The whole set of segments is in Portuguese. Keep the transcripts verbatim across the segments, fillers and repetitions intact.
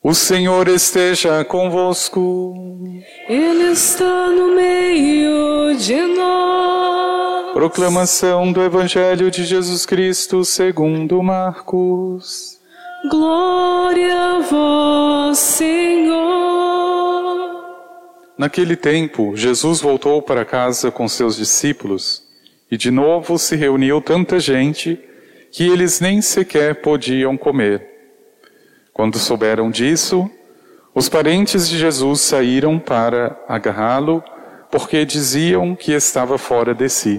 O Senhor esteja convosco. Ele está no meio de nós. Proclamação do Evangelho de Jesus Cristo segundo Marcos. Glória a vós, Senhor. Naquele tempo, Jesus voltou para casa com seus discípulos e de novo se reuniu tanta gente que eles nem sequer podiam comer. Quando souberam disso, os parentes de Jesus saíram para agarrá-lo, porque diziam que estava fora de si.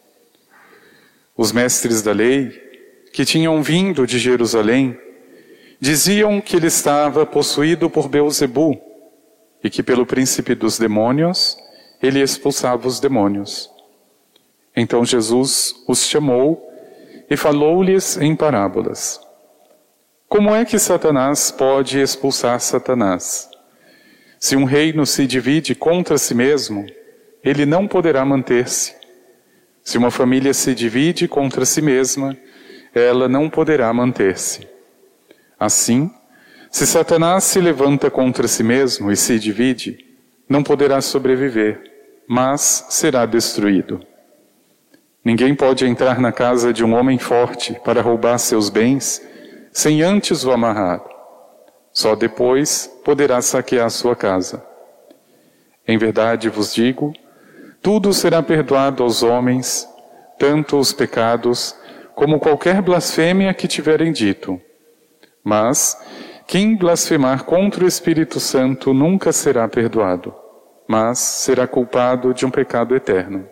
Os mestres da lei, que tinham vindo de Jerusalém, diziam que ele estava possuído por Beelzebu e que pelo príncipe dos demônios ele expulsava os demônios. Então Jesus os chamou e falou-lhes em parábolas. Como é que Satanás pode expulsar Satanás? Se um reino se divide contra si mesmo, ele não poderá manter-se. Se uma família se divide contra si mesma, ela não poderá manter-se. Assim, se Satanás se levanta contra si mesmo e se divide, não poderá sobreviver, mas será destruído. Ninguém pode entrar na casa de um homem forte para roubar seus bens, sem antes o amarrar. Só depois poderá saquear sua casa. Em verdade vos digo, tudo será perdoado aos homens, tanto os pecados como qualquer blasfêmia que tiverem dito. Mas quem blasfemar contra o Espírito Santo nunca será perdoado, mas será culpado de um pecado eterno.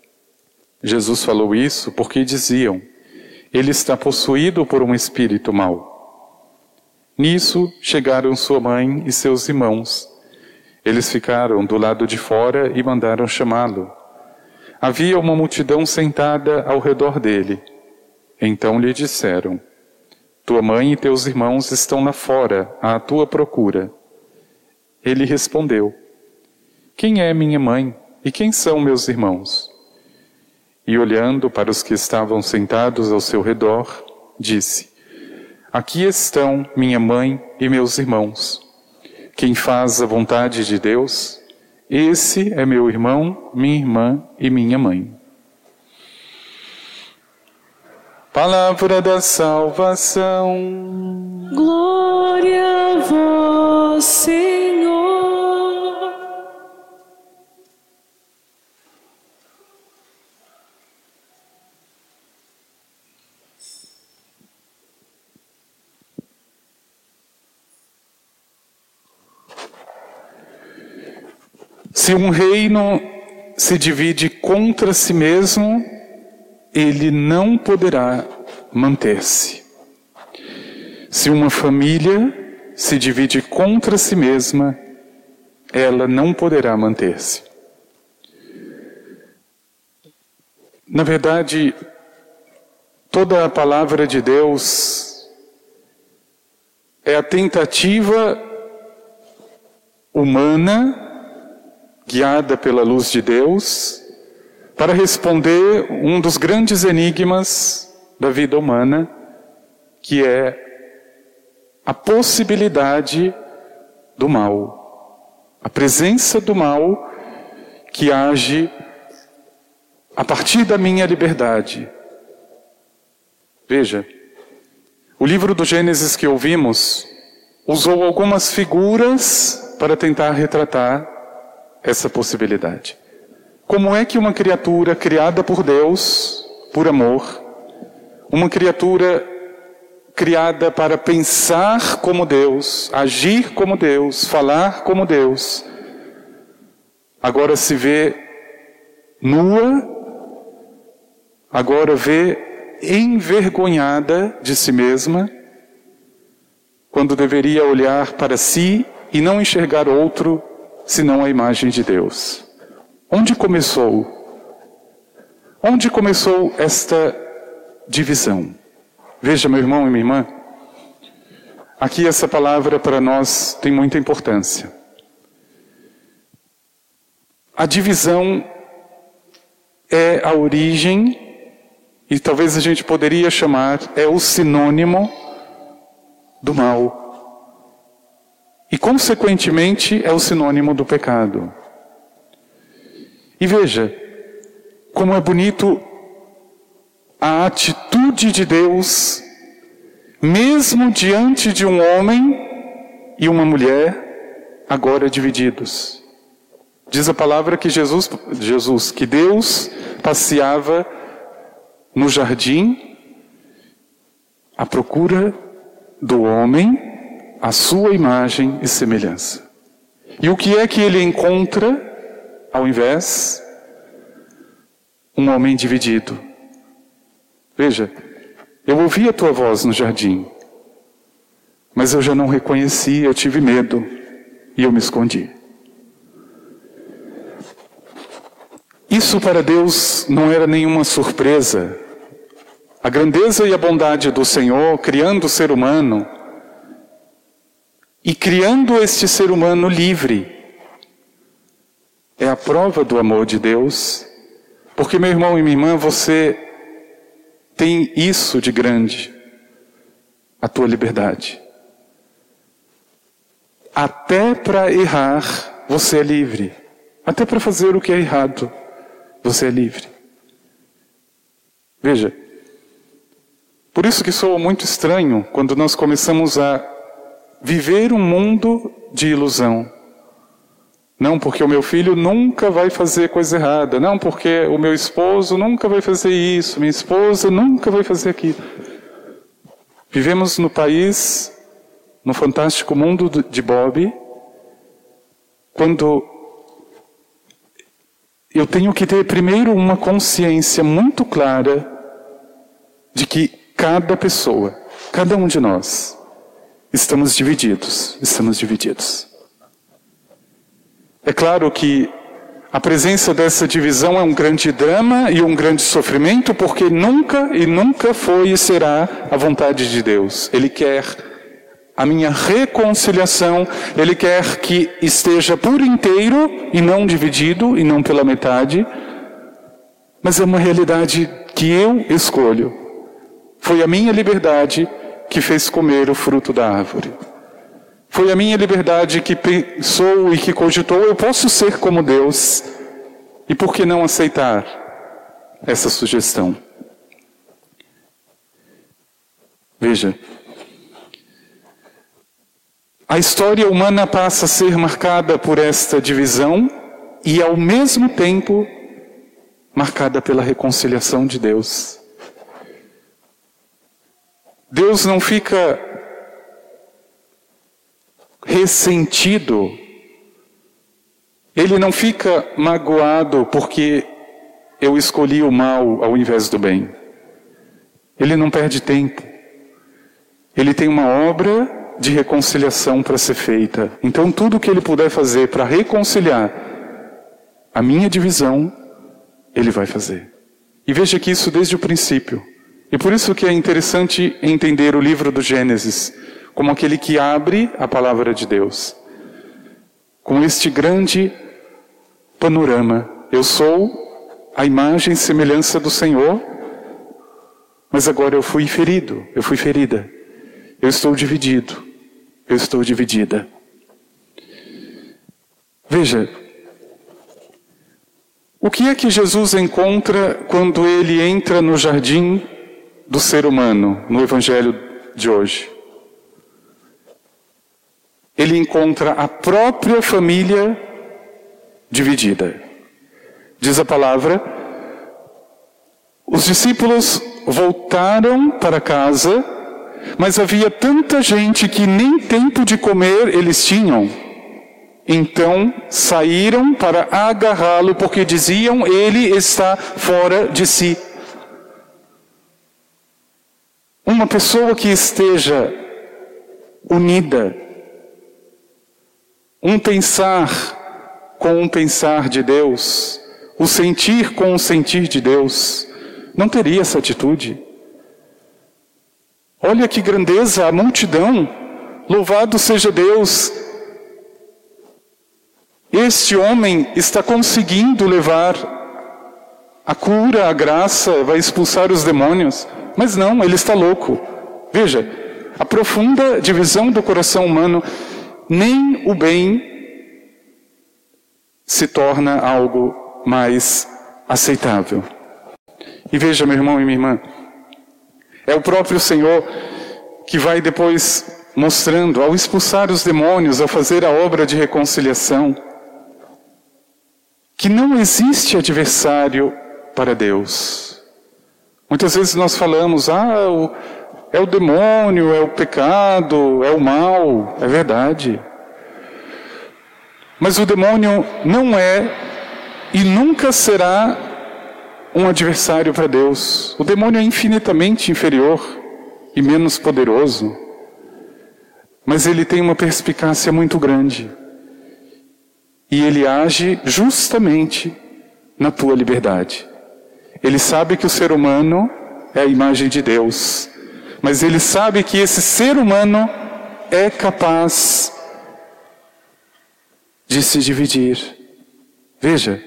Jesus falou isso porque diziam: ele está possuído por um espírito mau. Nisso chegaram sua mãe e seus irmãos. Eles ficaram do lado de fora e mandaram chamá-lo. Havia uma multidão sentada ao redor dele. Então lhe disseram: tua mãe e teus irmãos estão lá fora, à tua procura. Ele respondeu: quem é minha mãe e quem são meus irmãos? E olhando para os que estavam sentados ao seu redor, disse: aqui estão minha mãe e meus irmãos. Quem faz a vontade de Deus, esse é meu irmão, minha irmã e minha mãe. Palavra da salvação. Glória a vós, Senhor. Se um reino se divide contra si mesmo, ele não poderá manter-se. Se uma família se divide contra si mesma, ela não poderá manter-se. Na verdade, toda a palavra de Deus é a tentativa humana, guiada pela luz de Deus, para responder um dos grandes enigmas da vida humana, que é a possibilidade do mal, a presença do mal que age a partir da minha liberdade. Veja, o livro do Gênesis que ouvimos usou algumas figuras para tentar retratar essa possibilidade. Como é que uma criatura criada por Deus, por amor, uma criatura criada para pensar como Deus, agir como Deus, falar como Deus, agora se vê nua, agora vê envergonhada de si mesma, quando deveria olhar para si e não enxergar outro senão a imagem de Deus. Onde começou? Onde começou esta divisão? Veja, meu irmão e minha irmã, aqui essa palavra para nós tem muita importância. A divisão é a origem, e talvez a gente poderia chamar, é o sinônimo do mal. e, consequentemente, é o sinônimo do pecado. E veja, como é bonito a atitude de Deus, mesmo diante de um homem e uma mulher, agora divididos. Diz a palavra que Jesus, Jesus, que Deus passeava no jardim à procura do homem, à sua imagem e semelhança. E o que é que ele encontra, ao invés? Um homem dividido. Veja, eu ouvi a tua voz no jardim, mas eu já não reconheci, eu tive medo e eu me escondi. Isso para Deus não era nenhuma surpresa. A grandeza e a bondade do Senhor, criando o ser humano, e criando este ser humano livre, é a prova do amor de Deus, porque, meu irmão e minha irmã, você tem isso de grande, a tua liberdade. Até para errar, você é livre. Até para fazer o que é errado, você é livre. Veja, por isso que soa muito estranho quando nós começamos a viver um mundo de ilusão. Não porque o meu filho nunca vai fazer coisa errada. Não porque o meu esposo nunca vai fazer isso. Minha esposa nunca vai fazer aquilo. Vivemos no país, no fantástico mundo de Bob, quando eu tenho que ter primeiro uma consciência muito clara de que cada pessoa, cada um de nós, estamos divididos, estamos divididos. É claro que a presença dessa divisão é um grande drama e um grande sofrimento, porque nunca e nunca foi e será a vontade de Deus. Ele quer a minha reconciliação, Ele quer que esteja por inteiro e não dividido e não pela metade, mas é uma realidade que eu escolho. Foi a minha liberdade que fez comer o fruto da árvore. Foi a minha liberdade que pensou e que cogitou, eu posso ser como Deus. E por que não aceitar essa sugestão? Veja, a história humana passa a ser marcada por esta divisão e, ao mesmo tempo, marcada pela reconciliação de Deus. Deus não fica ressentido, Ele não fica magoado porque eu escolhi o mal ao invés do bem. Ele não perde tempo. Ele tem uma obra de reconciliação para ser feita. Então tudo que Ele puder fazer para reconciliar a minha divisão, Ele vai fazer. E veja que isso desde o princípio. E por isso que é interessante entender o livro do Gênesis como aquele que abre a palavra de Deus. Com este grande panorama. Eu sou a imagem e semelhança do Senhor, mas agora eu fui ferido, eu fui ferida. Eu estou dividido, eu estou dividida. Veja, o que é que Jesus encontra quando Ele entra no jardim do ser humano, no Evangelho de hoje? Ele encontra a própria família dividida. Diz a palavra, os discípulos voltaram para casa, mas havia tanta gente que nem tempo de comer eles tinham. Então saíram para agarrá-lo, porque diziam, ele está fora de si. Uma pessoa que esteja unida, um pensar com um pensar de Deus, o sentir com o sentir de Deus, não teria essa atitude. Olha que grandeza, a multidão, louvado seja Deus. Este homem está conseguindo levar a cura, a graça, vai expulsar os demônios, mas não, ele está louco. Veja, a profunda divisão do coração humano. nem o bem se torna algo mais aceitável. E veja, meu irmão e minha irmã, é o próprio Senhor que vai depois mostrando, ao expulsar os demônios, ao fazer a obra de reconciliação, que não existe adversário para Deus. Muitas vezes nós falamos, ah, o, é o demônio, é o pecado, é o mal. É verdade. Mas o demônio não é e nunca será um adversário para Deus. O demônio é infinitamente inferior e menos poderoso. Mas ele tem uma perspicácia muito grande. E ele age justamente na tua liberdade. Ele sabe que o ser humano é a imagem de Deus. Mas ele sabe que esse ser humano é capaz de se dividir. Veja.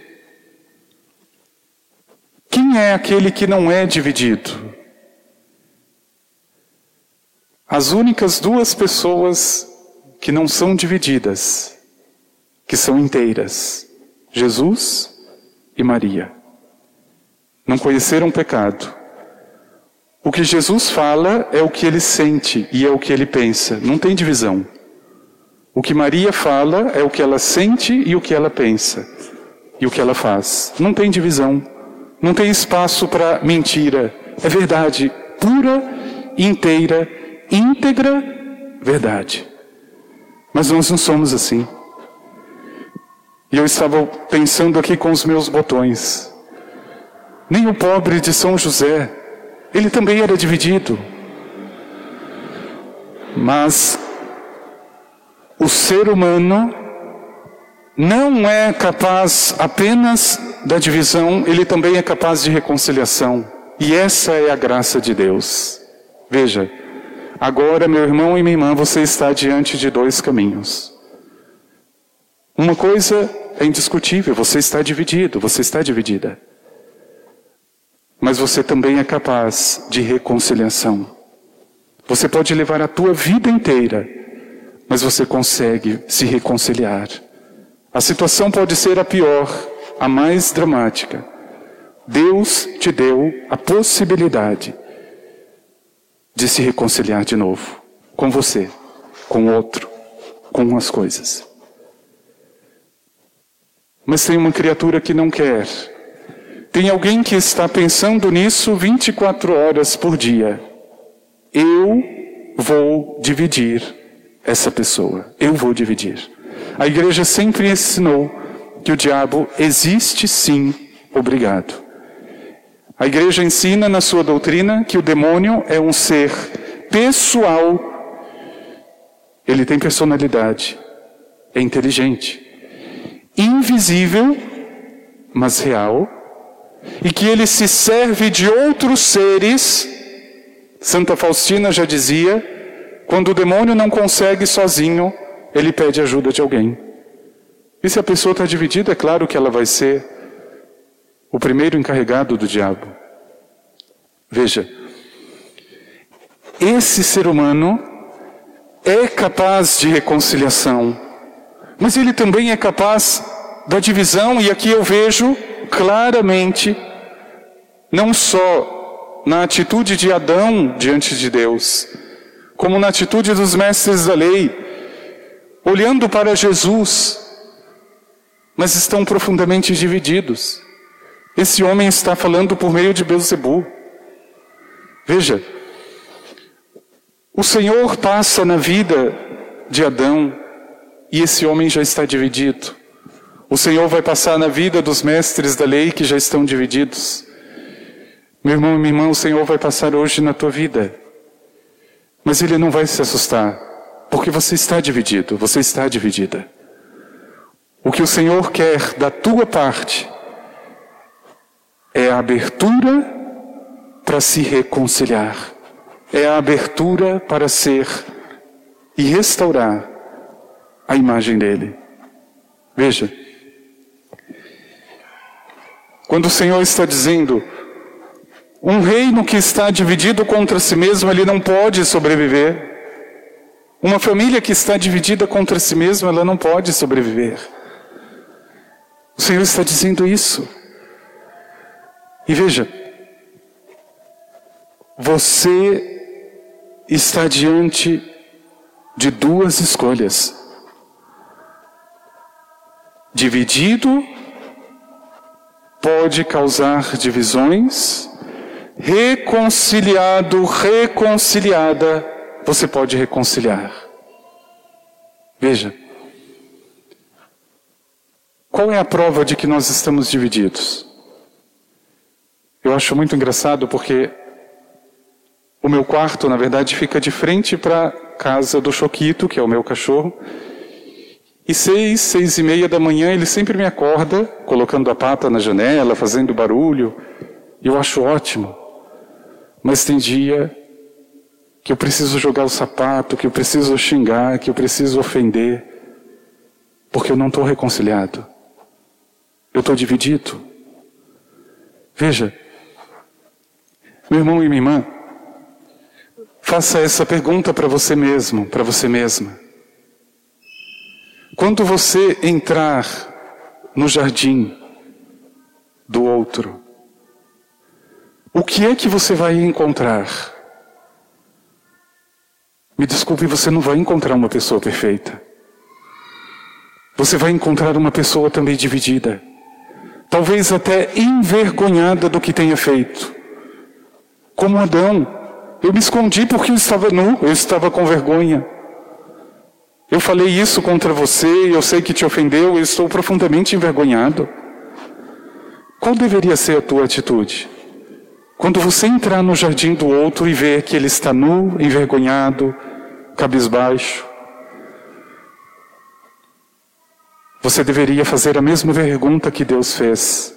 Quem é aquele que não é dividido? As únicas duas pessoas que não são divididas, que são inteiras, Jesus e Maria. Não conheceram pecado. O que Jesus fala é o que ele sente e é o que ele pensa. Não tem divisão. O que Maria fala é o que ela sente e o que ela pensa. E o que ela faz. Não tem divisão. Não tem espaço para mentira. É verdade pura, inteira, íntegra, verdade. Mas nós não somos assim. E eu estava pensando aqui com os meus botões. Nem o pobre de São José, ele também era dividido. Mas o ser humano não é capaz apenas da divisão, ele também é capaz de reconciliação. E essa é a graça de Deus. Veja, agora, meu irmão e minha irmã, você está diante de dois caminhos. Uma coisa é indiscutível, você está dividido, você está dividida. Mas você também é capaz de reconciliação. Você pode levar a tua vida inteira, mas você consegue se reconciliar. A situação pode ser a pior, a mais dramática. Deus te deu a possibilidade de se reconciliar de novo, com você, com o outro, com as coisas. Mas tem uma criatura que não quer. Tem alguém que está pensando nisso vinte e quatro horas por dia. Eu vou dividir essa pessoa. Eu vou dividir. A igreja sempre ensinou que o diabo existe sim, obrigado. A igreja ensina na sua doutrina que o demônio é um ser pessoal. Ele tem personalidade. É inteligente. Invisível, mas real. E que ele se serve de outros seres. Santa Faustina já dizia, quando o demônio não consegue sozinho, ele pede ajuda de alguém. E se a pessoa está dividida, é claro que ela vai ser o primeiro encarregado do diabo. Veja, esse ser humano é capaz de reconciliação, mas ele também é capaz da divisão, e aqui eu vejo claramente, não só na atitude de Adão diante de Deus, como na atitude dos mestres da lei, olhando para Jesus, mas estão profundamente divididos. Esse homem está falando por meio de Belzebu. Veja, o Senhor passa na vida de Adão e esse homem já está dividido. O Senhor vai passar na vida dos mestres da lei que já estão divididos. Meu irmão e minha irmã, o Senhor vai passar hoje na tua vida. Mas Ele não vai se assustar, porque você está dividido, você está dividida. O que o Senhor quer da tua parte é a abertura para se reconciliar. É a abertura para ser e restaurar a imagem dele. Veja, quando o Senhor está dizendo, um reino que está dividido contra si mesmo, ele não pode sobreviver. Uma família que está dividida contra si mesma, ela não pode sobreviver. O Senhor está dizendo isso. E veja, você está diante de duas escolhas. Dividido pode causar divisões, reconciliado, reconciliada, você pode reconciliar. Veja, qual é a prova de que nós estamos divididos? Eu acho muito engraçado porque o meu quarto, na verdade, fica de frente para a casa do Choquito, que é o meu cachorro. E seis, seis e meia da manhã ele sempre me acorda, colocando a pata na janela, fazendo barulho. E eu acho ótimo. Mas tem dia que eu preciso jogar o sapato, que eu preciso xingar, que eu preciso ofender, porque eu não estou reconciliado. Eu estou dividido. Veja, meu irmão e minha irmã, faça essa pergunta para você mesmo, para você mesma. Quando você entrar no jardim do outro, o que é que você vai encontrar? Me desculpe, você não vai encontrar uma pessoa perfeita. Você vai encontrar uma pessoa também dividida. Talvez até envergonhada do que tenha feito. Como Adão. Eu me escondi porque eu estava nu, eu estava com vergonha. Eu falei isso contra você, eu sei que te ofendeu, eu estou profundamente envergonhado. Qual deveria ser a tua atitude? Quando você entrar no jardim do outro e ver que ele está nu, envergonhado, cabisbaixo, você deveria fazer a mesma pergunta que Deus fez.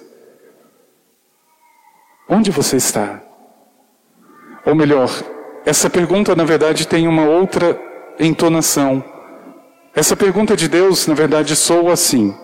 Onde você está? Ou melhor, essa pergunta na verdade tem uma outra entonação. Essa pergunta de Deus na verdade soa assim: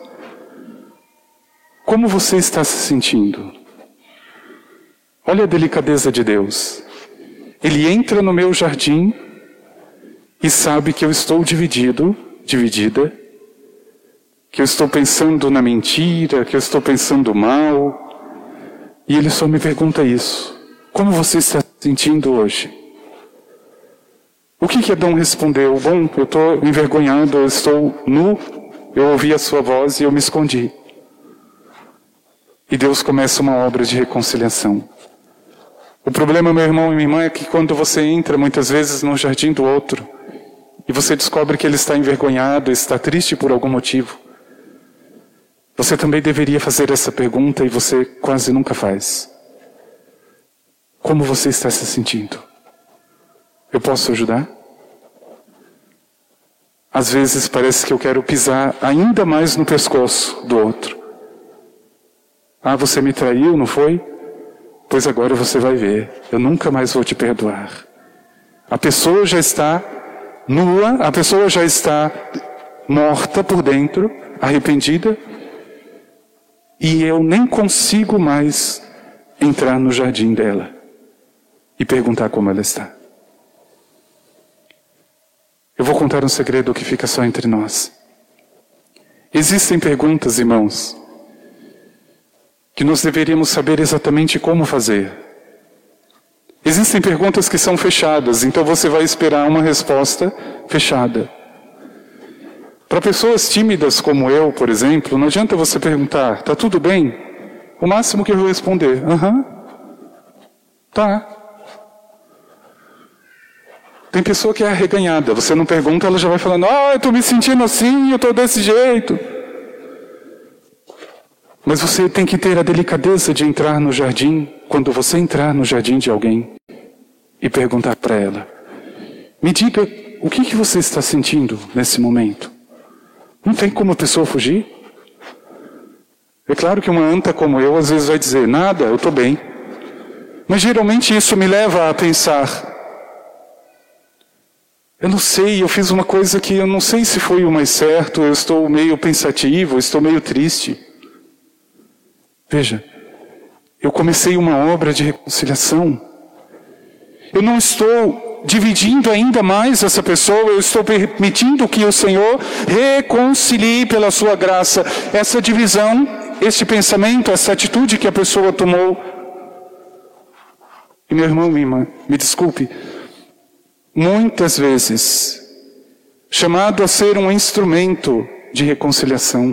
como você está se sentindo? Olha a delicadeza de Deus. Ele entra no meu jardim e sabe que eu estou dividido, dividida, que eu estou pensando na mentira, que eu estou pensando mal, e ele só me pergunta isso: como você está se sentindo hoje? O que que Adão respondeu? Bom, eu estou envergonhado, eu estou nu, eu ouvi a sua voz e eu me escondi. E Deus começa uma obra de reconciliação. O problema, meu irmão e minha irmã, é que quando você entra muitas vezes no jardim do outro, e você descobre que ele está envergonhado, está triste por algum motivo, você também deveria fazer essa pergunta e você quase nunca faz. Como você está se sentindo? Eu posso ajudar? Às vezes parece que eu quero pisar ainda mais no pescoço do outro. Ah, você me traiu, não foi? Pois agora você vai ver. Eu nunca mais vou te perdoar. A pessoa já está nua, a pessoa já está morta por dentro, arrependida, e eu nem consigo mais entrar no jardim dela e perguntar como ela está. Eu vou contar um segredo que fica só entre nós. Existem perguntas, irmãos, que nós deveríamos saber exatamente como fazer. Existem perguntas que são fechadas, então você vai esperar uma resposta fechada. Para pessoas tímidas como eu, por exemplo, não adianta você perguntar: tá tudo bem? O máximo que eu vou responder: aham, tá. Tem pessoa que é arreganhada, você não pergunta, ela já vai falando: ah, eu estou me sentindo assim, eu estou desse jeito. Mas você tem que ter a delicadeza de entrar no jardim, quando você entrar no jardim de alguém, e perguntar para ela: me diga, o que, que você está sentindo nesse momento? Não tem como a pessoa fugir? É claro que uma anta como eu, às vezes vai dizer: nada, eu estou bem. Mas geralmente isso me leva a pensar: eu não sei, eu fiz uma coisa que eu não sei se foi o mais certo, eu estou meio pensativo, eu estou meio triste. Veja, eu comecei uma obra de reconciliação. Eu não estou dividindo ainda mais essa pessoa, eu estou permitindo que o Senhor reconcilie pela sua graça essa divisão, esse pensamento, essa atitude que a pessoa tomou. E meu irmão, minha irmã, me desculpe, muitas vezes, chamado a ser um instrumento de reconciliação,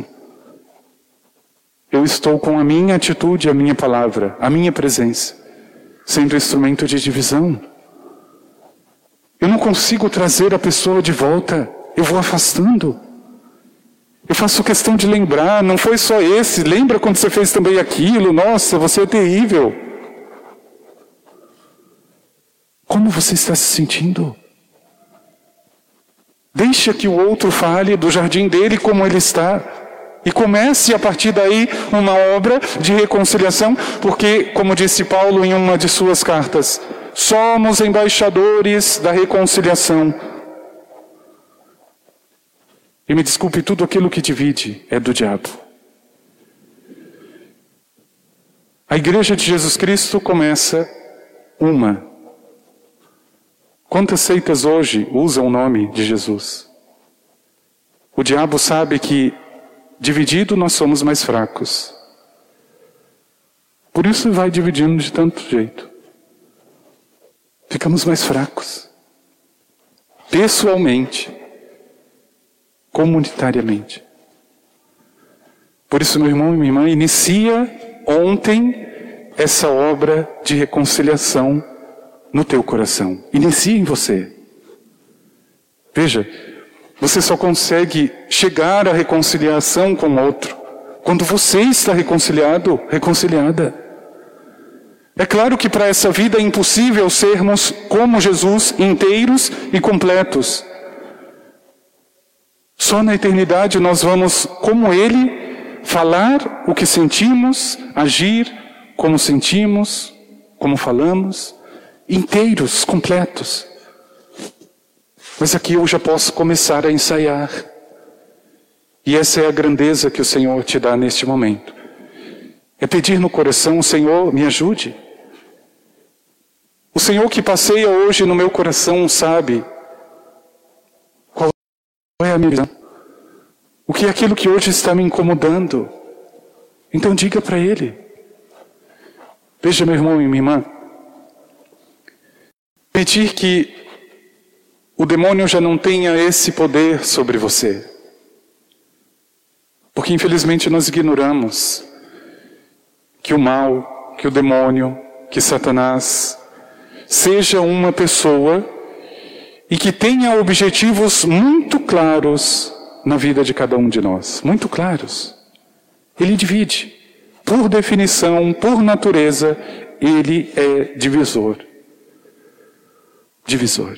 eu estou com a minha atitude, a minha palavra, a minha presença, sendo instrumento de divisão. Eu não consigo trazer a pessoa de volta, eu vou afastando. Eu faço questão de lembrar, não foi só esse, lembra quando você fez também aquilo, nossa, você é terrível. Como você está se sentindo? Deixa que o outro fale do jardim dele como ele está. E comece a partir daí uma obra de reconciliação, porque, como disse Paulo em uma de suas cartas, somos embaixadores da reconciliação. E me desculpe, tudo aquilo que divide é do diabo. A Igreja de Jesus Cristo começa uma. Quantas seitas hoje usam o nome de Jesus? O diabo sabe que dividido nós somos mais fracos. Por isso vai dividindo de tanto jeito. Ficamos mais fracos. Pessoalmente. Comunitariamente. Por isso, meu irmão e minha irmã, inicia ontem essa obra de reconciliação no teu coração. Inicia em você. Veja, você só consegue chegar à reconciliação com o outro quando você está reconciliado, reconciliada. É claro que para essa vida é impossível sermos como Jesus, inteiros e completos. Só na eternidade nós vamos, como Ele, falar o que sentimos, agir como sentimos, como falamos, inteiros, completos. Mas aqui eu já posso começar a ensaiar. E essa é a grandeza que o Senhor te dá neste momento. É pedir no coração, Senhor, me ajude. O Senhor que passeia hoje no meu coração sabe qual é a minha visão. O que é aquilo que hoje está me incomodando. Então diga para Ele. Veja, meu irmão e minha irmã. Pedir que o demônio já não tenha esse poder sobre você. Porque infelizmente nós ignoramos que o mal, que o demônio, que Satanás seja uma pessoa e que tenha objetivos muito claros na vida de cada um de nós. Muito claros. Ele divide. Por definição, por natureza, ele é divisor. Divisor.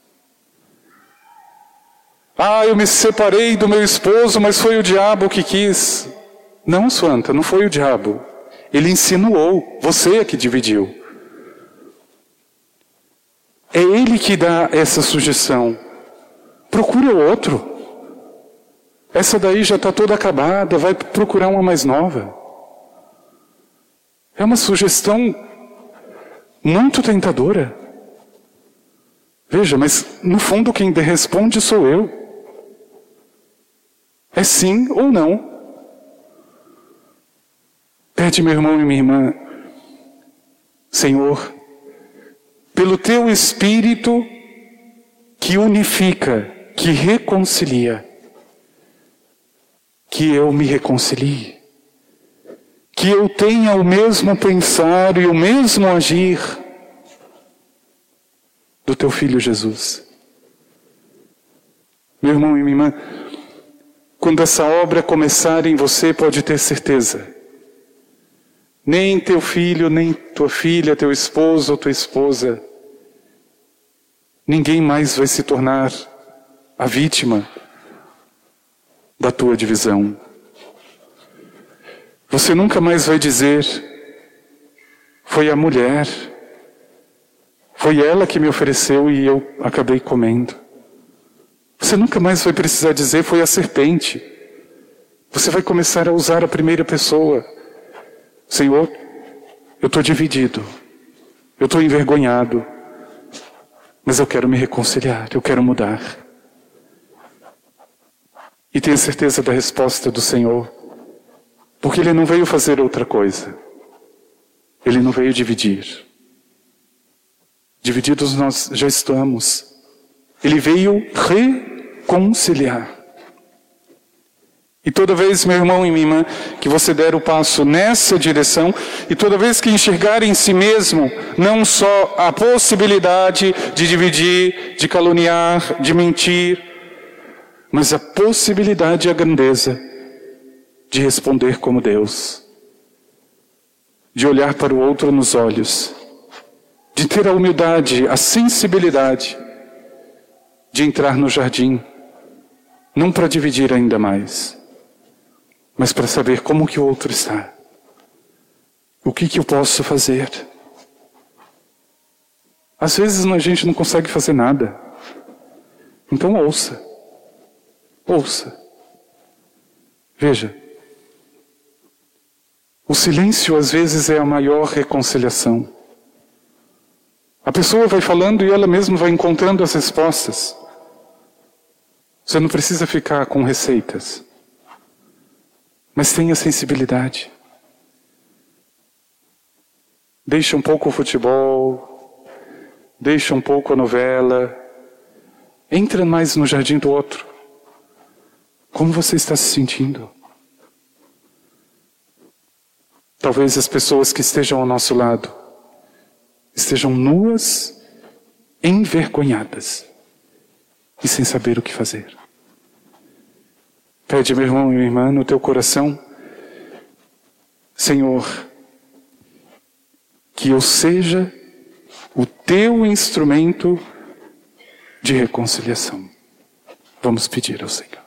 Ah, eu me separei do meu esposo, mas foi o diabo que quis. Não, Santa, não foi o diabo. Ele insinuou, você é que dividiu. É ele que dá essa sugestão. Procura o outro. Essa daí já está toda acabada, vai procurar uma mais nova. É uma sugestão muito tentadora. Veja, mas no fundo quem responde sou eu. É sim ou não. Pede, meu irmão e minha irmã, Senhor, pelo teu Espírito que unifica, que reconcilia, que eu me reconcilie, que eu tenha o mesmo pensar e o mesmo agir do teu Filho Jesus. Meu irmão e minha irmã, quando essa obra começar em você, pode ter certeza, nem teu filho, nem tua filha, teu esposo ou tua esposa, ninguém mais vai se tornar a vítima da tua divisão. Você nunca mais vai dizer, foi a mulher, foi ela que me ofereceu e eu acabei comendo. Você nunca mais vai precisar dizer, foi a serpente. Você vai começar a usar a primeira pessoa. Senhor, eu estou dividido, eu estou envergonhado, Mas eu quero me reconciliar, eu quero mudar. E tenha certeza da resposta do Senhor, porque Ele não veio fazer outra coisa. Ele não veio dividir. Divididos nós já estamos. Ele veio reconciliar. E toda vez, meu irmão e minha irmã, que você der o passo nessa direção, e toda vez que enxergar em si mesmo, não só a possibilidade de dividir, de caluniar, de mentir, mas a possibilidade e a grandeza de responder como Deus, de olhar para o outro nos olhos, de ter a humildade, a sensibilidade de entrar no jardim, não para dividir ainda mais, mas para saber como que o outro está. O que que eu posso fazer? Às vezes a gente não consegue fazer nada. Então ouça. Ouça. Veja. O silêncio às vezes é a maior reconciliação. A pessoa vai falando e ela mesma vai encontrando as respostas. Você não precisa ficar com receitas. Mas tenha sensibilidade. Deixa um pouco o futebol, deixa um pouco a novela, entra mais no jardim do outro. Como você está se sentindo? Talvez as pessoas que estejam ao nosso lado estejam nuas, envergonhadas e sem saber o que fazer. Pede, meu irmão e minha irmã, no teu coração, Senhor, que eu seja o teu instrumento de reconciliação. Vamos pedir ao Senhor.